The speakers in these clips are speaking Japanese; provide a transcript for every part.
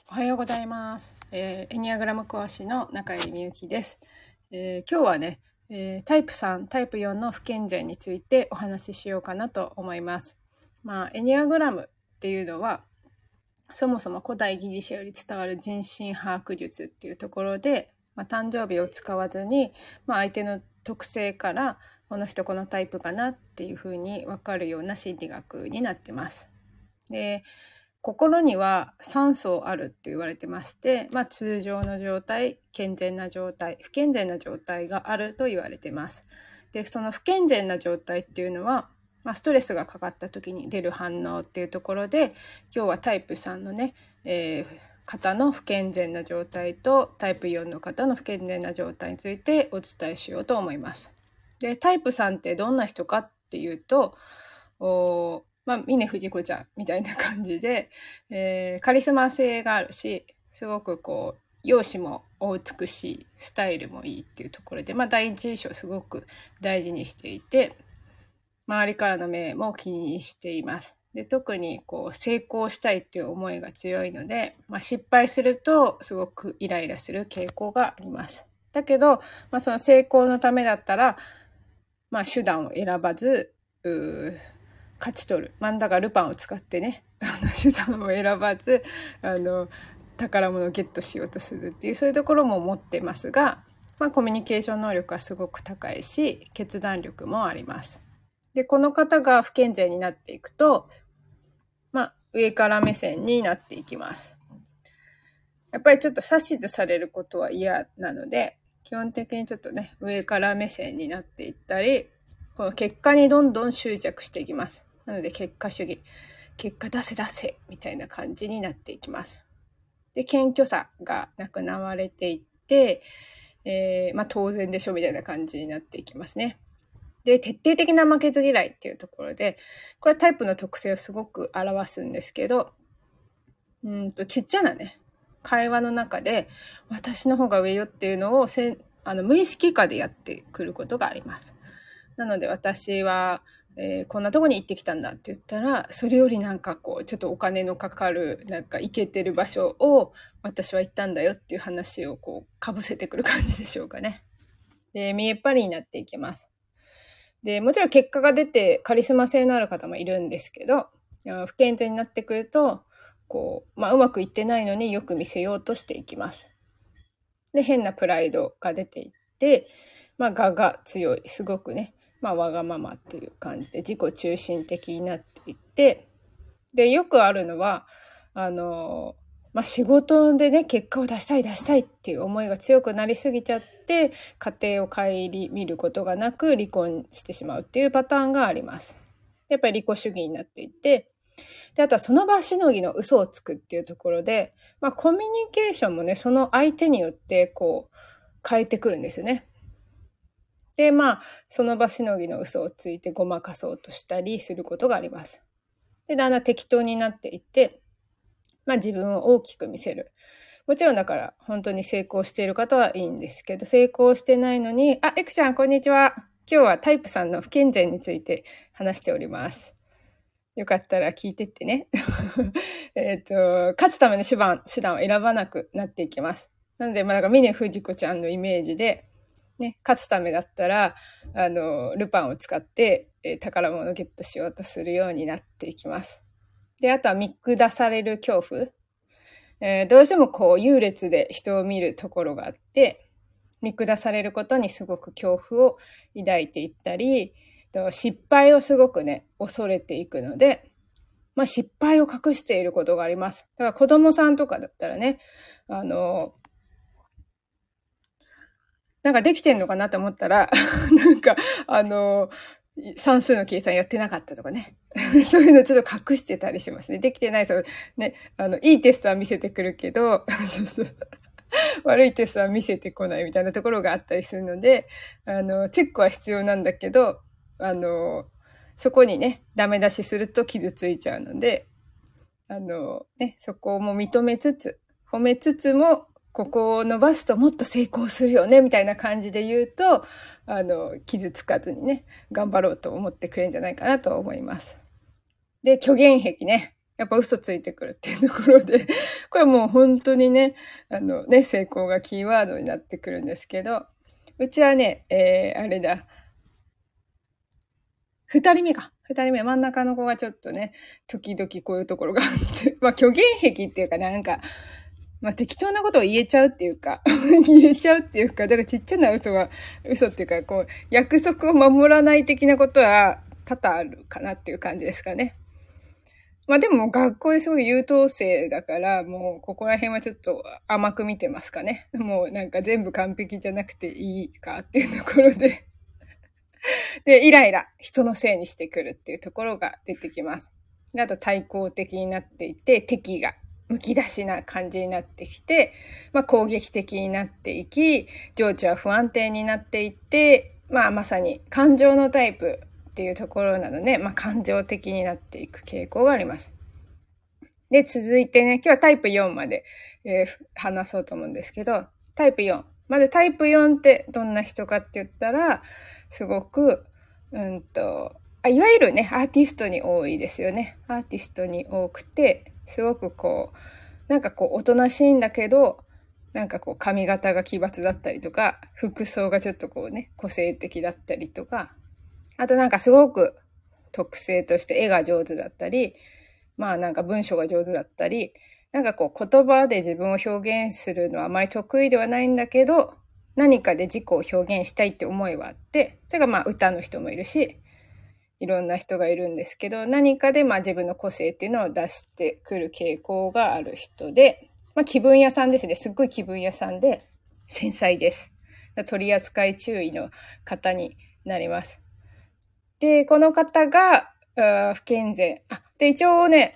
おはようございます。エニアグラム講師の中入美幸です。今日はね、タイプ3、タイプ4の不健全についてお話ししようかなと思います。エニアグラムっていうのは、そもそも古代ギリシャより伝わる人心把握術っていうところで、誕生日を使わずに、相手の特性からこの人このタイプかなっていうふうに分かるような心理学になってます。で、心には3層あるって言われてまして、通常の状態、健全な状態、不健全な状態があると言われてます。で、その不健全な状態っていうのは、ストレスがかかった時に出る反応っていうところで、今日はタイプ3のね、方の不健全な状態とタイプ4の方の不健全な状態についてお伝えしようと思います。で、タイプ3ってどんな人かっていうと、峰不二子ちゃんみたいな感じで、カリスマ性があるし、すごく容姿もお美しい、スタイルもいいっていうところで、第一印象をすごく大事にしていて、周りからの目も気にしています。で、特に成功したいっていう思いが強いので、失敗するとすごくイライラする傾向があります。だけど、その成功のためだったら、手段を選ばず、勝ち取る。だからルパンを使ってね、手段を選ばず、宝物をゲットしようとするっていう、そういうところも持ってますが、コミュニケーション能力はすごく高いし、決断力もあります。で、この方が不健全になっていくと、上から目線になっていきます。やっぱりちょっと指図されることは嫌なので、基本的にちょっとね、上から目線になっていったり、この結果にどんどん執着していきます。なので結果主義、結果出せ出せみたいな感じになっていきます。で、謙虚さがなくなわれていって、当然でしょみたいな感じになっていきますね。で、徹底的な負けず嫌いっていうところで、これはタイプの特性をすごく表すんですけど、ちっちゃなね、会話の中で私の方が上よっていうのを無意識下でやってくることがあります。なので私は、こんなとこに行ってきたんだって言ったら、それよりちょっとお金のかかる行けてる場所を私は行ったんだよっていう話をかぶせてくる感じでしょうかね。で、見えっ張りになっていきます。で、もちろん結果が出てカリスマ性のある方もいるんですけど、不健全になってくるとうまくいってないのによく見せようとしていきます。で、変なプライドが出ていって、我が強い、すごくね、わがままっていう感じで自己中心的になっていって、で、よくあるのは、仕事でね、結果を出したいっていう思いが強くなりすぎちゃって、家庭を顧みることがなく離婚してしまうっていうパターンがあります。やっぱり利己主義になっていて、で、あとはその場しのぎの嘘をつくっていうところで、コミュニケーションもね、その相手によって変えてくるんですよね。で、その場しのぎの嘘をついてごまかそうとしたりすることがあります。で、だんだん適当になっていって、自分を大きく見せる。もちろんだから本当に成功している方はいいんですけど、成功してないのに、エクちゃんこんにちは。今日はタイプさんの不健全について話しております。よかったら聞いてってね。勝つための手段を選ばなくなっていきます。なので、峰不二子ちゃんのイメージで、ね、勝つためだったら、ルパンを使って、宝物をゲットしようとするようになっていきます。で、あとは見下される恐怖。どうしても優劣で人を見るところがあって、見下されることにすごく恐怖を抱いていったり、失敗をすごくね、恐れていくので、失敗を隠していることがあります。だから子供さんとかだったらね、できてんのかなと思ったら、算数の計算やってなかったとかね。そういうのちょっと隠してたりしますね。できてない、ね、いいテストは見せてくるけど、悪いテストは見せてこないみたいなところがあったりするので、チェックは必要なんだけど、そこにね、ダメ出しすると傷ついちゃうので、そこも認めつつ、褒めつつも、ここを伸ばすともっと成功するよね、みたいな感じで言うと、傷つかずにね、頑張ろうと思ってくれるんじゃないかなと思います。で、虚言癖ね。 やっぱ嘘ついてくるっていうところで、これもう本当にね、成功がキーワードになってくるんですけど、うちはね、あれだ、二人目か。二人目、真ん中の子がちょっとね、時々こういうところがあって、まあ虚言癖っていうかなんか、まあ適当なことを言えちゃうっていうか、言えちゃうっていうか、だからちっちゃな嘘っていうか、こう、約束を守らない的なことは多々あるかなっていう感じですかね。まあでも学校ですごい優等生だから、もうここら辺はちょっと甘く見てますかね。もうなんか全部完璧じゃなくていいかっていうところで。で、イライラ、人のせいにしてくるっていうところが出てきます。であと対抗的になっていて、敵がむき出しな感じになってきて、まあ攻撃的になっていき、情緒は不安定になっていって、まあまさに感情のタイプっていうところなので、まあ感情的になっていく傾向があります。で、続いてね、今日はタイプ4まで、話そうと思うんですけど、タイプ4。まずタイプ4ってどんな人かって言ったら、すごく、いわゆるね、アーティストに多いですよね。アーティストに多くて、すごくこう、なんかこう、おとなしいんだけど、なんかこう、髪型が奇抜だったりとか、服装がちょっとこうね、個性的だったりとか、あとなんかすごく特性として絵が上手だったり、まあなんか文章が上手だったり、なんかこう言葉で自分を表現するのはあまり得意ではないんだけど、何かで自己を表現したいって思いはあって、それがまあ歌の人もいるし、いろんな人がいるんですけど、何かでまあ自分の個性っていうのを出してくる傾向がある人で、まあ気分屋さんですね。すっごい気分屋さんで、繊細です。取り扱い注意の方になります。で、この方が、不健全。で、一応ね、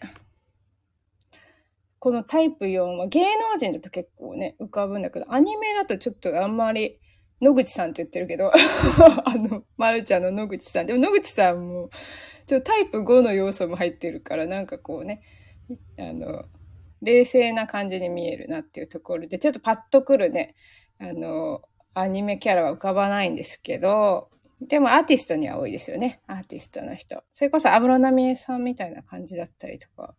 このタイプ4は芸能人だと結構ね、浮かぶんだけど、アニメだとちょっとあんまり、野口さんって言ってるけど、まるちゃんの野口さん。でも野口さんも、タイプ5の要素も入ってるから、なんかこうね、冷静な感じに見えるなっていうところで、ちょっとパッとくるね、アニメキャラは浮かばないんですけど、でもアーティストには多いですよね。アーティストの人。それこそ安室奈美恵さんみたいな感じだったりとか。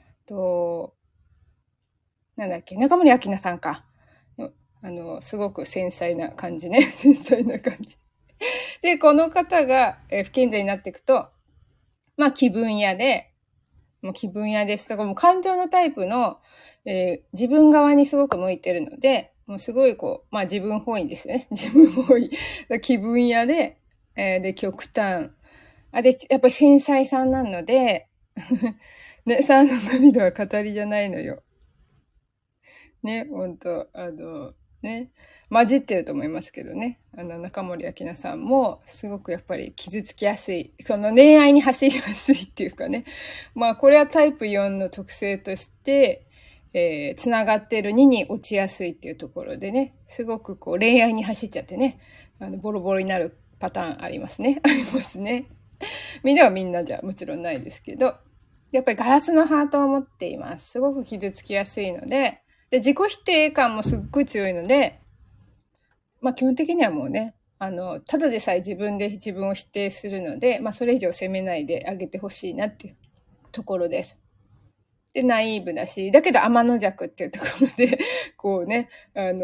なんだっけ、中森明菜さんか。すごく繊細な感じね。繊細な感じ。で、この方が、不健全になっていくと、まあ気分屋で、もう気分屋です。だからもう感情のタイプの、自分側にすごく向いてるので、もうすごいこう、まあ自分本位ですね。自分本位。気分屋で、で、極端。で、やっぱり繊細さんなので、ね、さんの涙は語りじゃないのよ。ね、ほんと、ね、混じってると思いますけどね。中森明菜さんも、すごくやっぱり傷つきやすい。その恋愛に走りやすいっていうかね。まあ、これはタイプ4の特性として、つながってる2に落ちやすいっていうところでね、すごくこう恋愛に走っちゃってね、ボロボロになるパターンありますね。ありますね。みんなはみんなじゃもちろんないですけど、やっぱりガラスのハートを持っています。すごく傷つきやすいので、自己否定感もすっごい強いので、まあ基本的にはもうね、ただでさえ自分で自分を否定するので、まあそれ以上責めないであげてほしいなっていうところです。で、ナイーブだし、だけど天の弱っていうところで、こうね、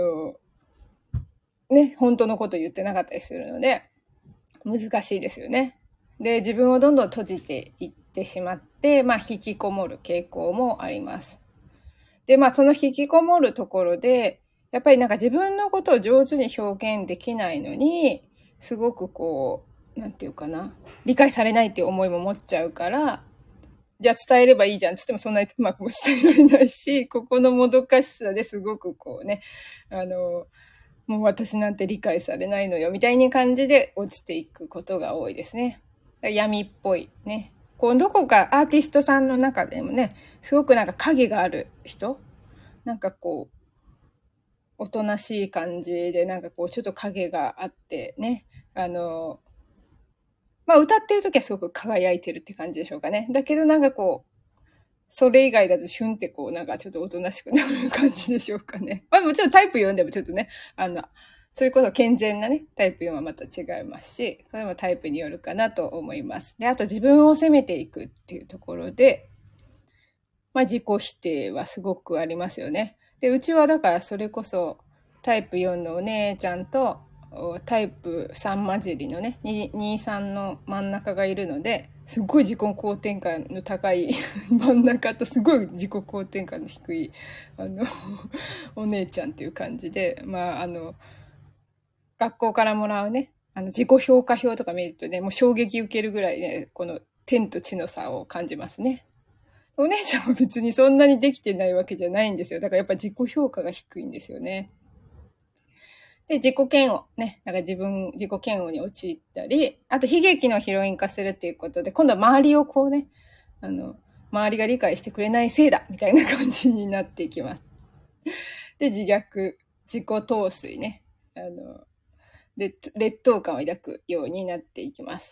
本当のこと言ってなかったりするので、難しいですよね。で、自分をどんどん閉じていってしまって、まあ引きこもる傾向もあります。で、まあその引きこもるところで、やっぱりなんか自分のことを上手に表現できないのに、すごくこう、なんていうかな、理解されないっていう思いも持っちゃうから、じゃあ伝えればいいじゃんって言ってもそんなにうまく伝えられないし、ここのもどかしさですごくこうね、もう私なんて理解されないのよ、みたいな感じで落ちていくことが多いですね。闇っぽいね。こう、どこかアーティストさんの中でもね、すごくなんか影がある人なんかこう、おとなしい感じで、なんかこう、ちょっと影があってね。まあ歌ってる時はすごく輝いてるって感じでしょうかね。だけどなんかこう、それ以外だとシュンってこう、なんかちょっとおとなしくなる感じでしょうかね。まあもちろんタイプ4でもちょっとね、それこそ健全なね、タイプ4はまた違いますし、それもタイプによるかなと思います。で、あと自分を責めていくっていうところで、 まあ自己否定はすごくありますよね。で、うちはだからそれこそタイプ4のお姉ちゃんとタイプ3混じりのね、2、3の真ん中がいるので、すごい自己肯定感の高い真ん中とすごい自己肯定感の低い、お姉ちゃんっていう感じで、まあ学校からもらうね、自己評価表とか見るとね、もう衝撃受けるぐらいね、この天と地の差を感じますね。お姉ちゃんは別にそんなにできてないわけじゃないんですよ。だからやっぱ自己評価が低いんですよね。で、自己嫌悪。ね。なんか自己嫌悪に陥ったり、あと悲劇のヒロイン化するっていうことで、今度は周りをこうね、周りが理解してくれないせいだみたいな感じになっていきます。で、自虐、自己陶酔ね。で、劣等感を抱くようになっていきます。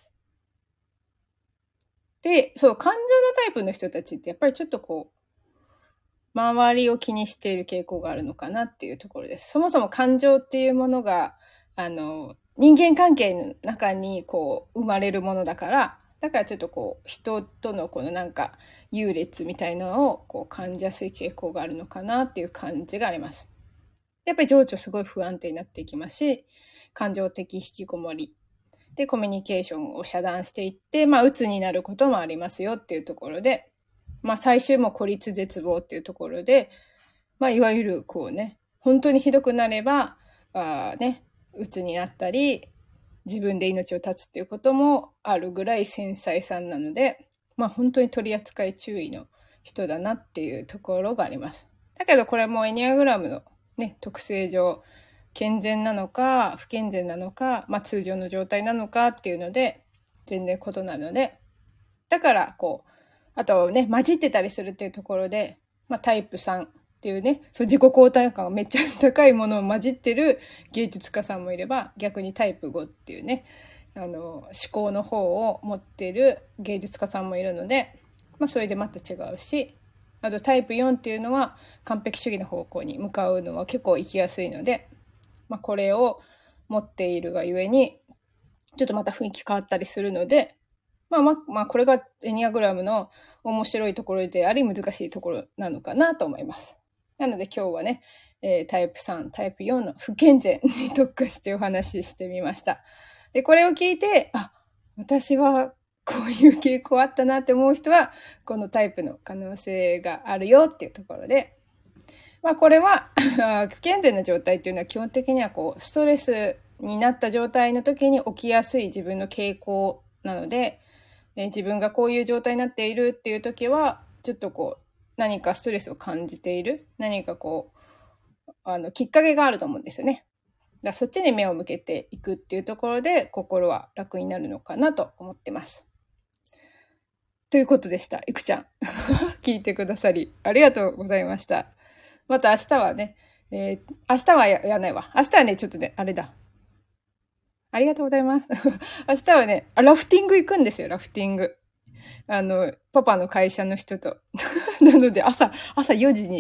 で、そう、感情のタイプの人たちってやっぱりちょっとこう、周りを気にしている傾向があるのかなっていうところです。そもそも感情っていうものが、人間関係の中にこう、生まれるものだから、だからちょっとこう、人とのこのなんか、優劣みたいのをこう感じやすい傾向があるのかなっていう感じがあります。やっぱり情緒すごい不安定になっていきますし、感情的引きこもり。で、コミュニケーションを遮断していって、まあ、鬱になることもありますよっていうところで、まあ、最終も孤立絶望っていうところで、まあ、いわゆるこうね、本当にひどくなれば、鬱になったり、自分で命を絶つっていうこともあるぐらい繊細さんなので、まあ、本当に取り扱い注意の人だなっていうところがあります。だけどこれもエニアグラムのね、特性上、健全なのか不健全なのか、まあ、通常の状態なのかっていうので全然異なるので、だからこうあとね混じってたりするっていうところで、まあ、タイプ3っていうね、そう自己肯定感がめっちゃ高いものを混じってる芸術家さんもいれば、逆にタイプ5っていうね、思考の方を持ってる芸術家さんもいるので、まあ、それでまた違うし、あとタイプ4っていうのは完璧主義の方向に向かうのは結構行きやすいので、まあ、これを持っているがゆえに、ちょっとまた雰囲気変わったりするので、まあ、これがエニアグラムの面白いところであり難しいところなのかなと思います。なので今日はね、タイプ3、タイプ4の不健全に特化してお話ししてみました。で、これを聞いて、私はこういう傾向あったなって思う人は、このタイプの可能性があるよっていうところで、まあこれは不健全な状態っていうのは基本的にはこうストレスになった状態の時に起きやすい自分の傾向なので、自分がこういう状態になっているっていう時はちょっとこう何かストレスを感じている、何かこうきっかけがあると思うんですよね。だそっちに目を向けていくっていうところで心は楽になるのかなと思ってます。ということでした。いくちゃん聞いてくださりありがとうございました。また明日はね、明日はやらないわ。明日はね、ちょっとね、あれだ。ありがとうございます。明日はね、ラフティング行くんですよ、ラフティング。パパの会社の人と。なので、朝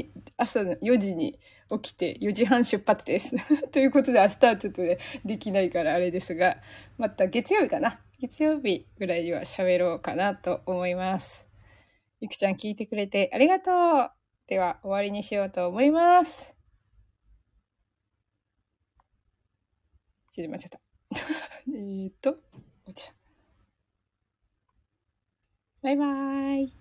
4時に起きて、4時半出発です。ということで、明日はちょっとね、できないからあれですが、また月曜日かな。月曜日ぐらいには喋ろうかなと思います。ゆきちゃん聞いてくれてありがとう。では、終わりにしようと思います。ちょっと待っちゃった。バイバーイ。